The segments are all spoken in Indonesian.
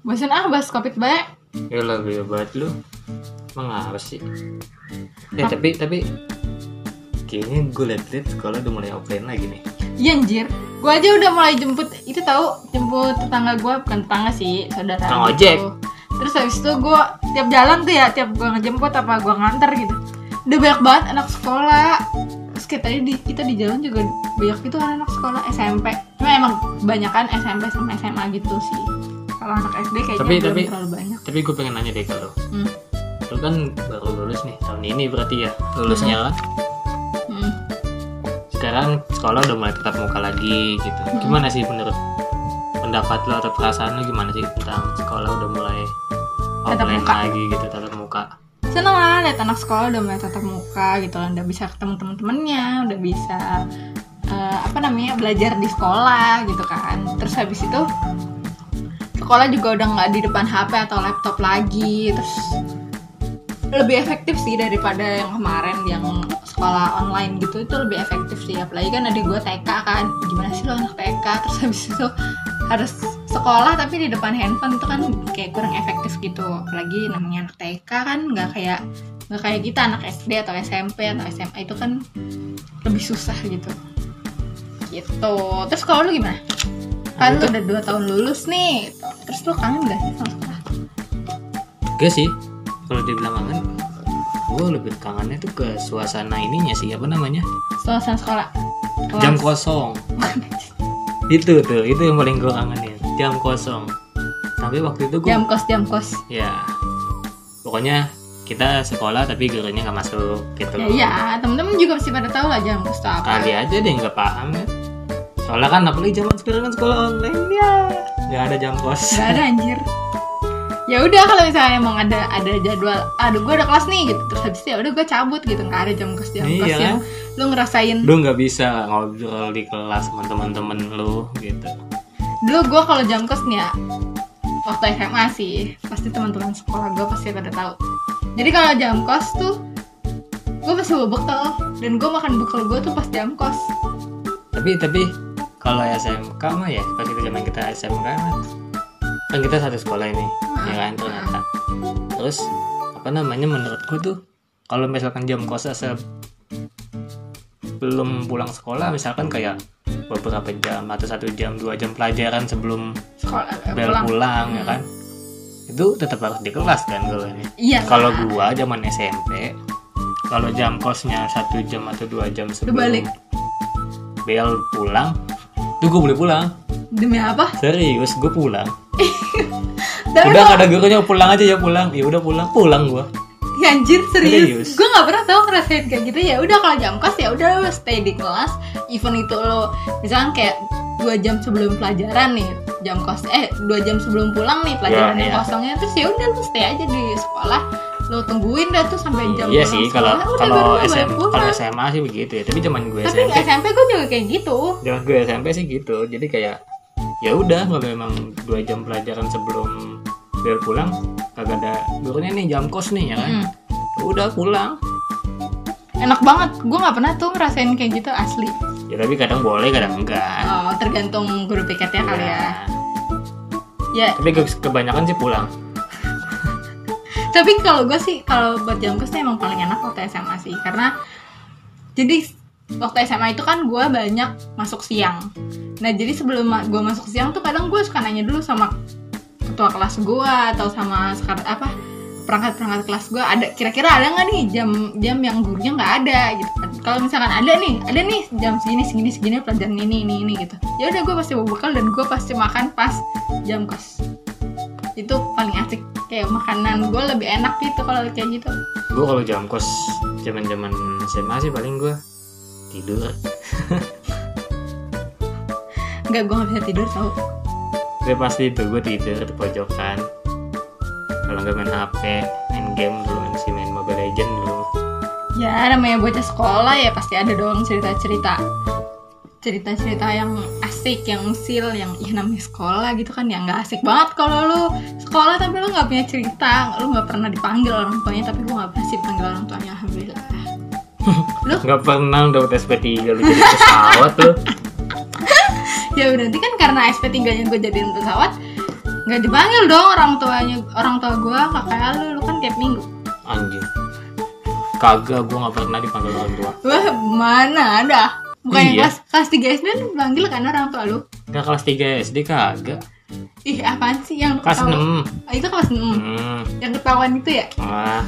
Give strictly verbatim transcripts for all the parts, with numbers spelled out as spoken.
Bosan ah bahas covid banyak. Ya lah gue banget lu. Emang apa sih? Eh tapi tapi kayaknya gue liat-liat sekolah udah mulai offline lagi nih. Iya anjir. Gue aja udah mulai jemput, itu tahu jemput tetangga gue, bukan tetangga sih, saudara. Tukang ojek. Gitu. Terus habis itu gue tiap jalan tuh ya, tiap gue ngejemput apa gue nganter gitu. Udah banyak banget anak sekolah. Terus kayak tadi di, kita di jalan juga banyak gitu kan anak sekolah S M P. Cuma emang kebanyakan S M P sama S M A gitu sih. Kalau anak S D kayaknya tapi, belum tapi, terlalu banyak. Tapi gue pengen nanya deh ke lo. Hmm. Lo kan baru lulus nih tahun ini berarti ya lulusnya kan? Hmm. Sekarang sekolah udah mulai tatap muka lagi gitu. Hmm. Gimana sih menurut pendapat lo atau perasaan lo gimana sih tentang sekolah udah mulai Tatap offline muka. lagi gitu, tatap muka? Seneng lah liat anak sekolah udah mulai tatap muka gitu lah, udah bisa ketemu temen-temennya, udah bisa uh, apa namanya belajar di sekolah gitu kan. Terus habis itu sekolah juga udah nggak di depan H P atau laptop lagi, terus lebih efektif sih daripada yang kemarin yang sekolah online gitu. Itu lebih efektif sih, apalagi kan adik gue T K kan, gimana sih lo anak T K terus habis itu harus sekolah tapi di depan handphone, itu kan kayak kurang efektif gitu. Apalagi namanya anak T K kan nggak kayak nggak kayak kita anak S D atau S M P atau S M A, itu kan lebih susah gitu gitu. Terus kalau lu gimana? Kan lu udah dua tahun lulus nih gitu. Terus lu kangen gak sih sama sekolah? Gak sih, kalau dibilang kangen gue lebih kangennya tuh ke suasana ininya sih, apa namanya, Suasana sekolah kelas. jam kosong. Itu tuh, itu yang paling gue kangenin, jam kosong. Tapi waktu itu gue Jam kos, jam kos. ya pokoknya kita sekolah tapi gurunya nggak masuk gitu. Ya iya, temen-temen juga pasti pada tahu lah jam kos itu apa. Kali aja deh nggak paham kan. Soalnya kan apalagi zaman sekarang kan sekolah online ya, nggak ada jam kos. Gak ada anjir. Ya udah kalau misalnya emang ada ada jadwal, aduh gue ada kelas nih gitu, terus habis itu ya udah gue cabut gitu, nggak ada jam kos jam Iya kos kan? yang lu ngerasain. Lu nggak bisa ngobrol di kelas sama teman-teman lu gitu. Dulu gue kalau jam kos nih ya waktu S M A sih, pasti teman-teman sekolah gue pasti pada tahu. Jadi kalau jam kos tuh gue pasti bawa bekal, dan gue makan bekal gue tuh pas jam kos. Tapi tapi kalau S M K mah ya, pas kita zaman kita S M K kan kita satu sekolah ini, ya kan ternyata. Terus apa namanya, menurutku tuh kalau misalkan jam kos se belum pulang sekolah, misalkan kayak beberapa jam atau satu jam dua jam pelajaran sebelum Sekolah eh, bel pulang. pulang, ya kan, itu tetap harus di kelas kan kalau ini. Iya. Kalau gua zaman S M P, kalau jam kosnya satu jam atau dua jam sebelum balik. bel pulang, tuh gua boleh pulang. Demi apa? Serius, gua pulang. Tapi Udah lo- nggak ada gurunya, pulang aja ya pulang. Ya udah pulang, pulang gua. Ya anjir, serius. Serius. Gue nggak pernah tahu ngerasain kayak gitu. Ya udah kalau jam kos ya udah lo stay di kelas. Even itu lo misalkan kayak dua jam sebelum pelajaran nih jam kos, eh dua jam sebelum pulang nih pelajaran Ya, yang ya. kosongnya, terus ya udah lo stay aja di sekolah. Lo tungguin dah tuh sampai jam Iya pulang sih, kalau sekolah, udah kalau baru lo S M balik kalau pulang. S M A sih begitu ya. Tapi zaman gue Tapi S M P, S M P gue juga kayak gitu. zaman gue S M P sih gitu. Jadi kayak ya udah, kalau memang dua jam pelajaran sebelum bel pulang kagak ada gurunya nih, jam kos nih ya kan. Mm. Udah pulang. Enak banget. Gue nggak pernah tuh ngerasain kayak gitu asli. Ya tapi kadang boleh, kadang enggak. Oh, tergantung guru piketnya kali ya. Ya, Tapi ke- kebanyakan sih pulang. tapi kalau gue sih kalau buat jam kos tuh emang paling enak waktu S M A sih, karena jadi waktu S M A itu kan gue banyak masuk siang. Nah jadi sebelum ma- gue masuk siang tuh kadang gue suka nanya dulu sama ketua kelas gue atau sama sekar apa perangkat-perangkat kelas gue, ada kira-kira ada nggak nih jam jam yang gurunya nggak ada gitu kan. Kalau misalkan ada nih ada nih jam segini segini segini pelajaran ini ini ini gitu, ya udah gue pasti bawa bekal dan gue pasti makan pas jam kos. Itu paling asik, kayak makanan gue lebih enak gitu kalau kayak gitu. Gue kalau jam kos zaman-zaman S M A sih paling gue tidur. Enggak, gue nggak bisa tidur tau. Gue pasti itu, gue tidur di pojokan. Kalau nggak main H P, main game dulu, masih main Mobile Legend dulu. Ya namanya bocah sekolah ya pasti ada dong cerita-cerita cerita-cerita yang asik, yang sil, yang ih namanya sekolah gitu kan, yang nggak asik banget kalau lu sekolah tapi lu nggak punya cerita, lu nggak pernah dipanggil orang tuanya. Tapi gue nggak pernah sih dipanggil orang tuanya, alhamdulillah. Lu Nggak pernah dapet S P tiga lu jadi pesawat lu. ya berarti kan karena S P tiga nya gue jadiin pesawat, Nggak dipanggil dong orang tuanya, orang tua gue kakak lu, lu kan tiap minggu. Anjing. Kagak, gue nggak pernah dipanggil orang tua. Wah, mana ada? Bukan Iya. kelas kelas tiga S D lu dipanggil kan orang tua lu? Nggak kelas tiga S D kagak. Ih, apaan sih yang Kelas ketawa- enam. Ah, itu kelas enam. Hmm. Yang ketahuan itu ya? Wah,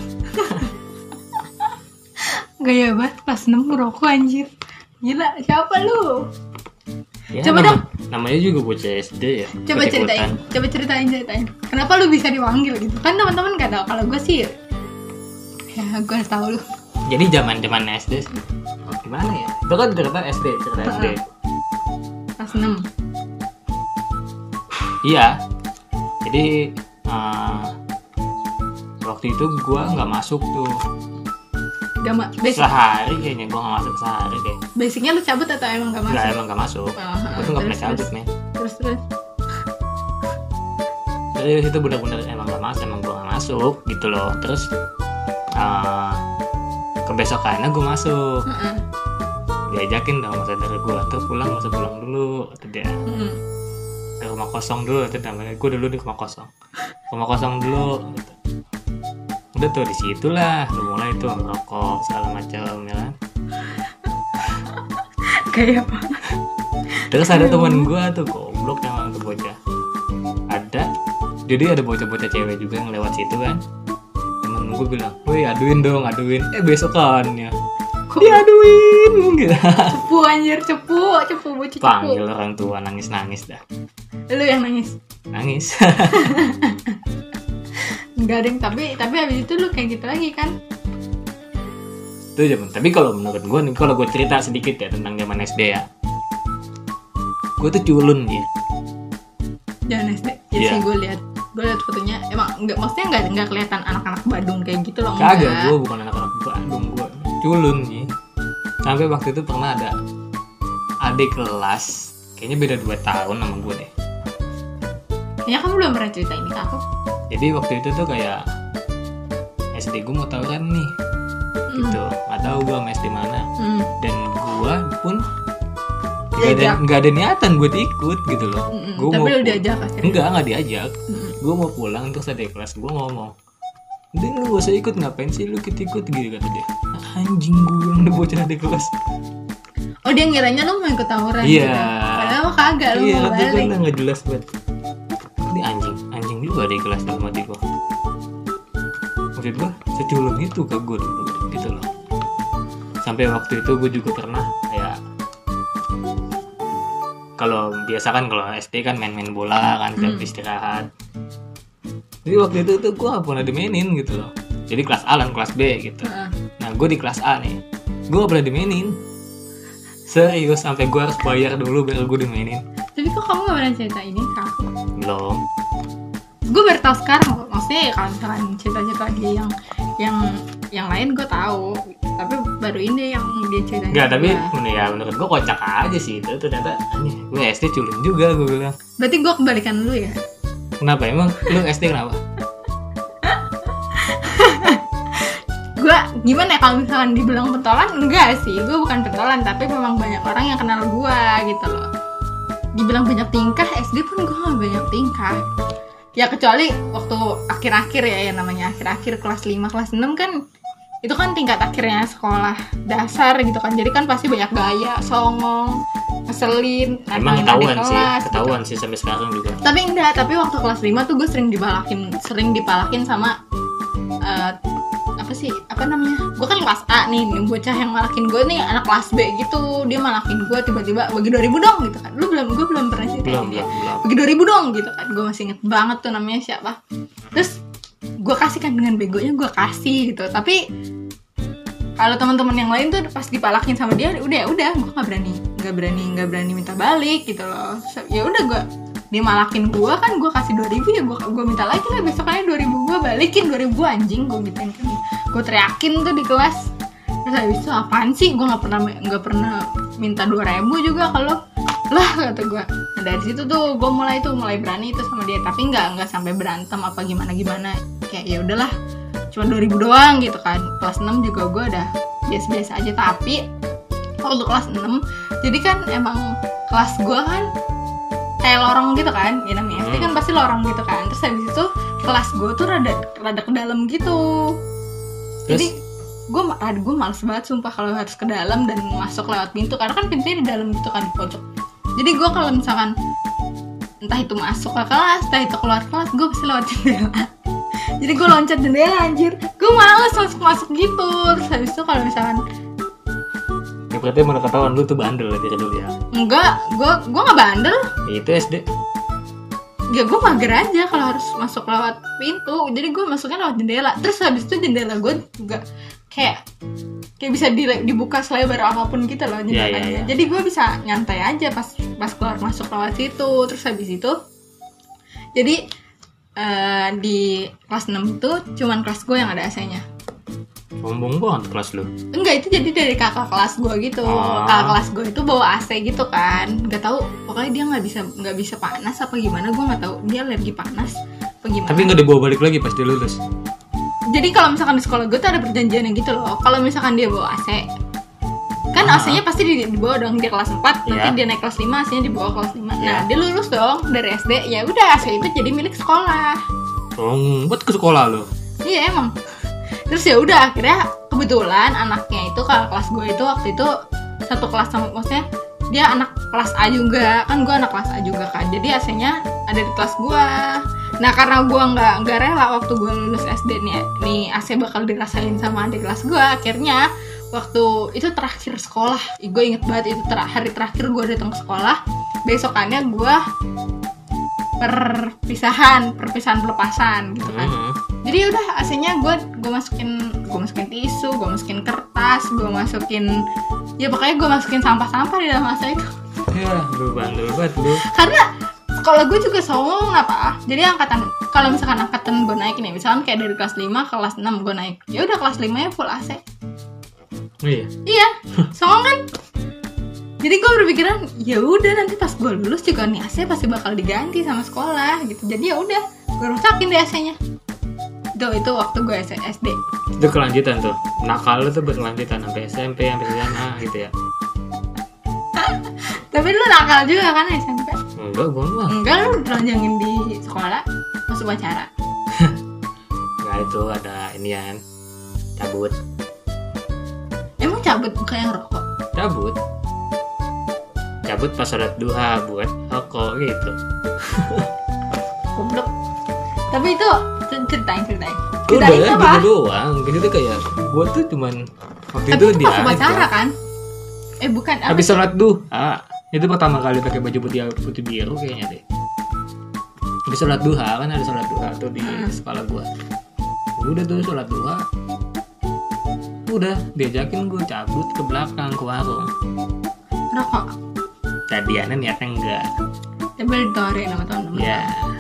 Gaya banget kelas enam ngerokok anjir. Gila, siapa lu? ya Coba nama- dong. namanya juga bocah S D ya. Coba ikut-ikutan. ceritain, coba ceritain ceritain. Kenapa lu bisa dipanggil gitu? Kan teman-teman gak tahu. Kalau gue sih, ya gue harus tahu lu. Jadi zaman-zaman S D sih. Oh, gimana ya? Itu kan cerita S D, cerita S D. Kelas enam. Iya. Jadi uh, waktu itu gua nggak masuk tuh. Gak ma- basic, Sehari kayaknya gua nggak masuk sehari deh. basicnya lu cabut atau emang gak masuk? Nggak, emang nggak masuk. Ah, Gua tuh nggak pernah terus, cabut, men. Terus terus. Jadi itu benar-benar emang nggak masuk, emang gua nggak masuk gitu loh. Terus uh, kebesokannya gua masuk. Heeh. Diajakin dong sama saudara gua, tuh pulang masa pulang dulu, kata dia. Heeh. Ke rumah kosong dulu, itu namanya. Gua dulu di rumah kosong. Rumah kosong dulu. Gitu. Udah tuh di situlah, udah mulai tuh ngerokok segala macam ya kan. Kayak apa? Terus ada teman gua tuh goblok yang tuh bocah. Ada, jadi ada bocah-bocah cewek juga yang lewat situ kan. Temen gua bilang, woi aduin dong, aduin. Eh besokannya diaduin gitu. Cepu anjir, cepu, cepu bocah cepu. Panggil orang tua nangis-nangis dah. Lu yang nangis. Nangis. Enggak deng, tapi tapi habis itu lu kayak gitu lagi kan? Itu zaman. Tapi kalau menurut gua nih, kalau gua cerita sedikit ya tentang zaman S D ya. Gua tuh culun ya. Jangan S D. Ya Iya. sih gue lihat. Gue lihat fotonya emang enggak, maksudnya enggak enggak kelihatan anak-anak Badung kayak gitu loh. Kagak, enggak. gua bukan anak-anak Bandung, gua culun nih. Sampai waktu itu pernah ada adik kelas, kayaknya beda dua tahun sama gue deh. Ya kamu belum pernah cerita ini ke aku. Jadi waktu itu tuh kayak S D gue mau tawuran nih, gitu. Nggak tahu gue sama S D mana. Hmm. Dan gue pun nggak ada Diajak. nggak ada niatan buat ikut gitu loh. Mm-mm. Gua Tapi mau lu pu- diajak akhirnya. Enggak, nggak diajak. Mm-mm. Gue mau pulang terus adik kelas gue ngomong, "Udah lu gak usah ikut, ngapain sih lu ikut-ikut?" gitu kata dia. Anjing, gue yang udah bocah adik kelas. Oh dia ngiranya lu mau ikut tawuran Iya. gitu. Padahal mah kagak, lu Iya, mau itu kan balik. udah nggak jelas banget. Ini anjing, anjing juga di kelas dalam hati gue. Maksud gue, seculun itu ke gue dulu, gitu loh. Sampai waktu itu gue juga pernah kayak, kalau biasa kan kalau S D kan main-main bola kan, tiap Hmm. istirahat. Jadi waktu itu tuh gue gak pernah dimainin gitu loh. Jadi kelas A dan kelas B gitu. Heeh. Nah gue di kelas A nih, gue gak pernah dimainin. Serius, sampai gue harus bayar dulu biar gue dimainin. Tapi kok kamu gak pernah cerita ini ke aku? Belum. Gue baru tahu sekarang kok. Maksudnya ya kalau misalkan cerita-cerita dia yang yang yang lain gue tahu. Tapi baru ini yang dia ceritain. Enggak, tapi ke gua. men- ya menurut gue kocak aja sih itu. Ternyata anjing, gue S D culun juga gue bilang. Berarti gue kebalikan lu ya. Kenapa emang lu S D kenapa? Gue gimana ya kalau misalkan dibilang pentolan, enggak sih, gue bukan pentolan, tapi memang banyak orang yang kenal gue gitu loh. Dibilang banyak tingkah, S D pun gue gak banyak tingkah ya, kecuali waktu akhir-akhir ya, yang namanya akhir-akhir kelas lima, kelas enam kan itu kan tingkat akhirnya sekolah dasar gitu kan, jadi kan pasti banyak gaya, songong, ngeselin, Emang nantangin ketahuan adik sih, kelas, gitu. ketahuan sih sampai sekarang juga. Tapi enggak, tapi waktu kelas lima tuh gue sering dibalakin, sering dipalakin sama eh, apa sih, apa namanya, gue kan kelas A nih, nih bocah yang malakin gue nih anak kelas B gitu, dia malakin gue tiba-tiba bagi dua ribu dong gitu kan, lu belum, gue belum pernah cerita Belum, ini ya, belum, belum. bagi dua ribu dong gitu kan, gue masih inget banget tuh namanya siapa, terus gue kasih kan dengan begonya gue kasih gitu, tapi kalau teman-teman yang lain tuh pas dipalakin sama dia udah ya udah gue nggak berani nggak berani nggak berani minta balik gitu loh. So, ya udah gue dia malakin gue kan, gue kasih dua ribu ya gue gue minta lagi lah besoknya dua ribu, gue balikin dua ribu anjing, gue mintain kan, gue teriakin tuh di kelas. Terus habis itu apaan sih, gue nggak pernah nggak pernah minta dua ribu juga kalau lah kata gue. Nah, dari situ tuh gue mulai tuh mulai berani itu sama dia, tapi nggak nggak sampai berantem apa gimana gimana, kayak ya udahlah cuma dua ribu doang gitu kan. Kelas enam juga gue udah biasa-biasa aja, tapi waktu kelas enam jadi kan emang kelas gue kan kayak lorong gitu kan, ya namanya S D Hmm. kan pasti lorong gitu kan. Terus habis itu kelas gue tuh rada rada ke dalam gitu. Terus? Jadi gue rada gue males banget sumpah kalau harus ke dalam dan masuk lewat pintu, karena kan pintunya di dalam gitu kan, di pojok. Jadi gue kalau misalkan entah itu masuk ke kelas, entah itu keluar kelas, gue pasti lewat jendela. Jadi gue loncat jendela anjir, gue males masuk masuk gitu. Terus habis itu kalau misalkan Ya berarti mana ketahuan lu tuh bandel ya dari dulu ya. enggak, gue gue nggak bandel. Ya, itu S D. Ya gue mager aja kalau harus masuk lewat pintu. Jadi gue masuknya lewat jendela. Terus habis itu jendela gue juga kayak kayak bisa di- dibuka selebar apapun gitu loh jendelanya. Ya, ya, ya. Jadi gue bisa nyantai aja pas pas keluar masuk lewat situ. Terus habis itu jadi eh, di kelas enam itu cuman kelas gue yang ada A C-nya. Sombong banget kelas lu. Enggak, itu jadi dari kakak kelas gue gitu. Oh. Kakak kelas gue itu bawa A C gitu kan. Gak tahu, pokoknya dia nggak bisa nggak bisa panas apa gimana, gue nggak tahu. Dia alergi panas apa gimana. Tapi nggak dibawa balik lagi pas dia lulus. Jadi kalau misalkan di sekolah gue tuh ada perjanjian gitu loh. Kalau misalkan dia bawa A C, kan Ah. A C-nya pasti di- dibawa dong, dia kelas empat, nanti Iya. dia naik kelas lima, A C-nya dibawa kelas lima. Nah, Iya. dia lulus dong dari S D. Ya udah, A C itu jadi milik sekolah. Oh, buat ke sekolah lu. Iya emang. Terus ya udah, akhirnya kebetulan anaknya itu kakak kelas gue itu waktu itu satu kelas sama, maksudnya dia anak kelas A juga, kan gue anak kelas A juga kan, jadi A C-nya ada di kelas gue. Nah karena gue nggak nggak rela waktu gue lulus S D nih, nih A C bakal dirasain sama adik kelas gue. Akhirnya waktu itu terakhir sekolah, gue inget banget itu ter- hari terakhir gue datang ke sekolah. Besokannya gue perpisahan, perpisahan pelepasan gitu kan. Mhm. Jadi udah A C-nya gue gue masukin gue masukin tisu, gue masukin kertas, gue masukin ya pokoknya gue masukin sampah-sampah di dalam A C itu. Ya, lu bandel banget lu. Karena sekolah gue juga songong apa. Jadi angkatan kalau misalkan angkatan gue naik nih, misalkan kayak dari kelas lima ke kelas enam gue naik. Ya udah kelas lima ya full A C. Oh iya. Iya, songong kan? Jadi gue berpikiran ya udah nanti pas gue lulus juga nih A C pasti bakal diganti sama sekolah gitu. Jadi ya udah gue rusakin deh A C-nya. Itu itu waktu gue S D. Itu kelanjutan tuh. Nakal lu tuh berkelanjutan sampai S M P, sampai S M A gitu ya. Tapi lu nakal juga kan S M P? Enggak, gua mah. Enggak, lu telanjangin di sekolah masuk acara. Enggak, itu ada inian. Cabut. Emang cabut bukan yang rokok? Cabut. Cabut pas sholat duha buat rokok gitu. Goblok. Tapi itu c- ceritain ceritain. Udah Ceritain ya, apa? gitu doang. Gitu tuh kayak gua tuh cuman waktu Tapi itu itu dia pas upacara kan? Eh bukan, apa habis sih? sholat duha. Itu pertama kali pakai baju putih putih biru kayaknya deh. Habis sholat duha kan ada sholat duha tuh di Hmm. sekolah gua. Udah tuh sholat duha. Udah diajakin gua cabut ke belakang ke warung. Rokok. Tadiannya niatnya enggak. Coba ditawarin sama temen-temen. Ya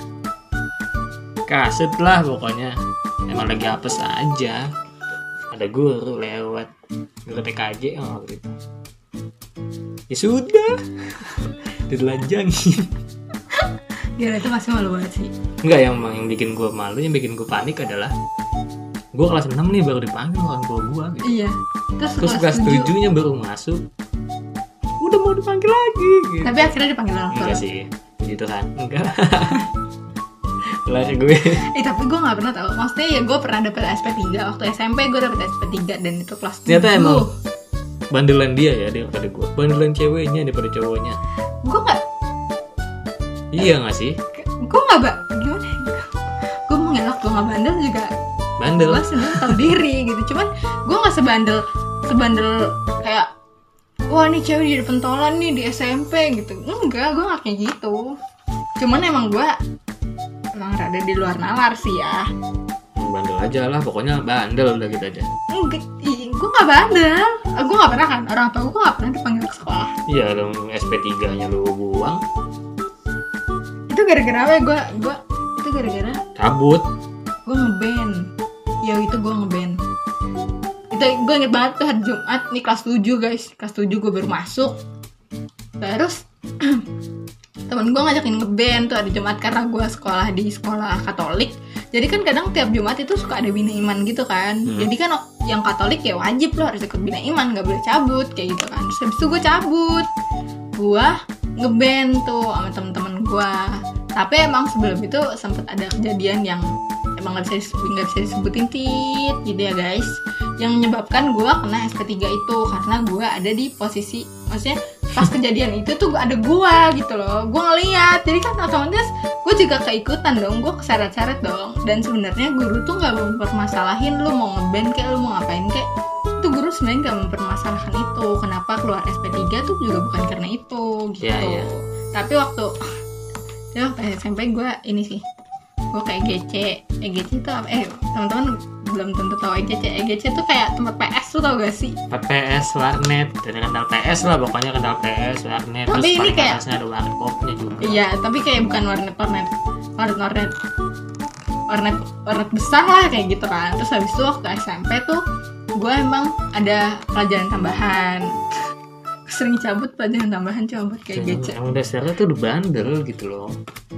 kaset lah pokoknya. Emang lagi apes aja. Ada guru lewat, guru T K J oh gitu. Ya sudah. Ditelanjangin. Gila itu masih malu banget sih. Enggak, yang yang bikin gue malu, yang bikin gue panik adalah gue kelas enam nih baru dipanggil orang tua gue gitu. Iya. Terus, Terus kelas tujuh nya baru masuk. Udah mau dipanggil lagi gitu. Tapi akhirnya dipanggil orang tua. Enggak sih. Puji Tuhan. Enggak. Kelas gue. Eh tapi gue gak pernah tau. Maksudnya ya gue pernah dapet S P tiga. Waktu S M P gue dapet S P tiga dan itu kelas tujuh. Ternyata emang bandelan dia ya daripada gue. Bandelan ceweknya daripada cowoknya. Gue gak Iya gak sih? Gue gak ba- Gimana ya? Gue mau ngelak gue gak bandel juga. Bandel. Gue sebenernya tau diri gitu. Cuman gue gak sebandel Sebandel kayak wah nih cewek jadi pentolan nih di S M P gitu. Enggak, gue gak kayak gitu. Cuman emang gue emang rada di luar nalar sih ya. Bandel aja lah, pokoknya bandel udah gitu aja. Enggak, gue gak bandel. Gue gak pernah kan, orang tua gue gak pernah dipanggil ke sekolah. Iya, dong S P tiga nya lu buang. Itu gara-gara apa ya? Gue gue itu gara-gara Cabut. gue ngeband. Ya itu gue ngeband. Itu gue inget banget tuh hari Jumat nih kelas tujuh guys. Kelas tujuh gue baru masuk. Terus temen gue ngajakin ngeband tuh hari Jumat karena gue sekolah di sekolah Katolik. Jadi kan kadang tiap Jumat itu suka ada bina iman gitu kan. Hmm. Jadi kan yang Katolik ya wajib lo harus ikut bina iman, nggak boleh cabut kayak gitu kan. Terus habis itu gue cabut, gue ngeband tuh sama temen-temen gue. Tapi emang sebelum itu sempat ada kejadian yang emang nggak bisa nggak bisa disebutin tit gitu ya guys, yang menyebabkan gue kena S P tiga itu karena gue ada di posisi, maksudnya pas kejadian itu tuh ada gue gitu loh, gue ngeliat, jadi kan otomatis gue juga keikutan dong, gue keseret-seret dong. Dan sebenarnya guru tuh nggak mempermasalahin lu mau ngeband kayak lu mau ngapain kayak, itu guru sebenarnya nggak mempermasalahkan itu, kenapa keluar S P tiga tuh juga bukan karena itu gitu. Ya, ya. Tapi waktu ya waktu S M P gue ini sih, gue kayak G C. E G C itu apa? Eh teman-teman belum tentu tahu E G C. E G C itu kayak tempat P S, tuh tau gak sih? P S, warnet, dan kenal P S lah, pokoknya kenal P S, warnet. Tapi terus ini paling kayak- atasnya ada warkopnya juga. Iya, tapi kayak bukan warnet warnet warnet warnet warnet warnet besar lah kayak gitu kan. Terus habis itu waktu S M P tuh gue emang ada pelajaran tambahan. Sering cabut pelajaran tambahan cuma buat kayak Dan G C. emang dasarnya tuh udah bandel gitu loh.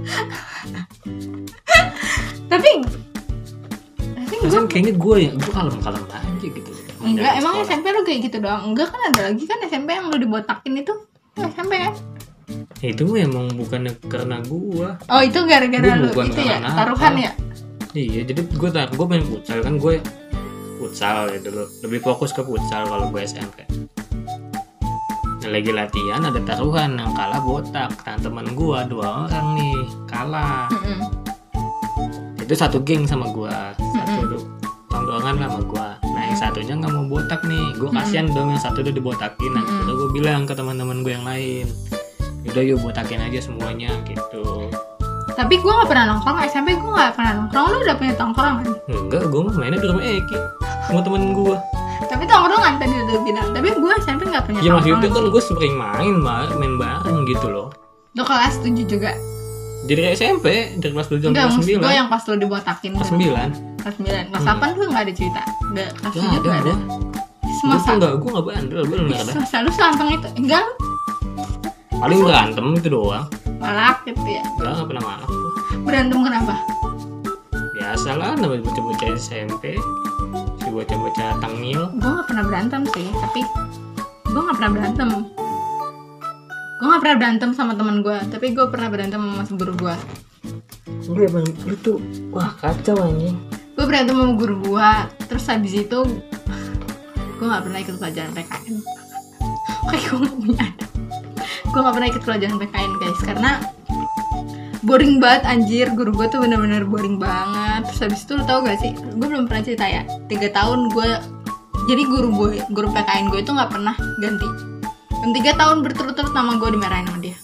Tapi tapi gue Masa kayaknya gue ya, gue kalem-kalem aja gitu. enggak, Dari emang sekolah. S M P lu kayak gitu doang? Enggak kan, ada lagi kan S M P yang lu dibotakin itu S M P kan? Ya, itu mah emang bukan karena gue. Oh itu gara-gara Gua lu bukan itu ya, karena taruhan apa. ya? Iya, jadi gue tar, gue main futsal kan, gue futsal ya dulu, lebih fokus ke futsal kalau gue S M P. Nah, lagi latihan ada taruhan yang kalah botak, nah teman gue dua orang nih kalah, Mm-mm. itu satu geng sama gue, satu tuh tongkrongan sama gue. Nah yang satunya nggak mau botak nih, gue kasihan dong yang satu udah dibotakin. Nah Mm-mm. terus gue bilang ke teman-teman gue yang lain, udah yuk botakin aja semuanya gitu. Tapi gue gak pernah nongkrong, S M P gue gak pernah nongkrong. Lu udah punya tongkrongan? Enggak, gue mah mainnya di rumah Eki sama temen gue. Tapi tongkrongan tadi udah bilang. Tapi gue S M P gak punya Ya maksudnya tongkrongan. kan gue sering main, Mbak, main bareng gitu loh. Lu kelas tujuh juga? Jadi kayak S M P, dari kelas tujuh sampai Enggak, kelas maksud sembilan. gue yang pas lu dibotakin. Kelas sembilan. Kelas sembilan. Kelas Hmm. delapan tuh gak ada cerita. Udah kelas Gak tujuh ada tuh ada. gue. Semua Gue tuh enggak, gue enggak bandel, gue enggak ada. Semasa lu selantang itu. Enggak lu Paling berantem itu doang. malak gitu ya. Enggak, enggak pernah malak gue. Berantem kenapa? Biasalah namanya bocah-bocah S M P. Si bocah-bocah tengil. Gue gak pernah berantem sih. Tapi gue gak pernah berantem. Gue gak pernah berantem sama teman gue. Tapi gue pernah berantem sama guru gue. Gue emang itu, wah kacau anjing. Gue berantem sama guru gue. Terus habis itu gue gak pernah ikut pelajaran P K N. Kayak gue gak punya ada. Gue gak pernah ikut pelajaran P K N guys, karena boring banget anjir. Guru gue tuh bener-bener boring banget. Terus habis itu lu tau gak sih, gue belum pernah cerita ya, tiga tahun gue jadi guru gue, guru P K N gue itu gak pernah ganti. Dan tiga tahun berturut-turut nama gue dimarahin sama dia.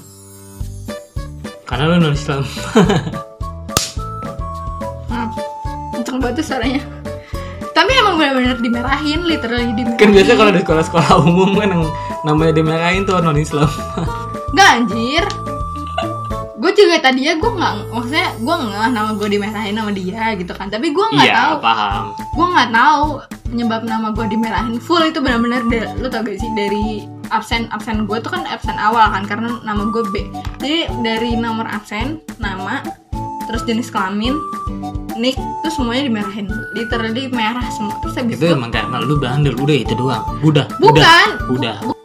Karena lu non Islam. Maaf, kenceng banget tuh suaranya. Tapi emang bener-bener dimarahin, literally dimarahin. Kan biasa kalau di sekolah-sekolah umum kan yang namanya dimarahin tuh non Islam. Gak anjir. Gue juga tadinya gue nggak, maksudnya gue nggak nama gue dimarahin sama dia gitu kan. Tapi gue nggak Iya, tahu, paham. gue nggak tahu penyebab nama gue dimarahin full itu benar-benar. da- Lu tau gak sih, dari absen absen gue tuh kan absen awal kan, karena nama gue B. Jadi dari nomor absen, nama, terus jenis kelamin, nick, itu semuanya dimarahin. Literally merah semua. Terus habis Itu itu emang karena lu bandel, udah itu doang. Udah, bukan, udah. bu-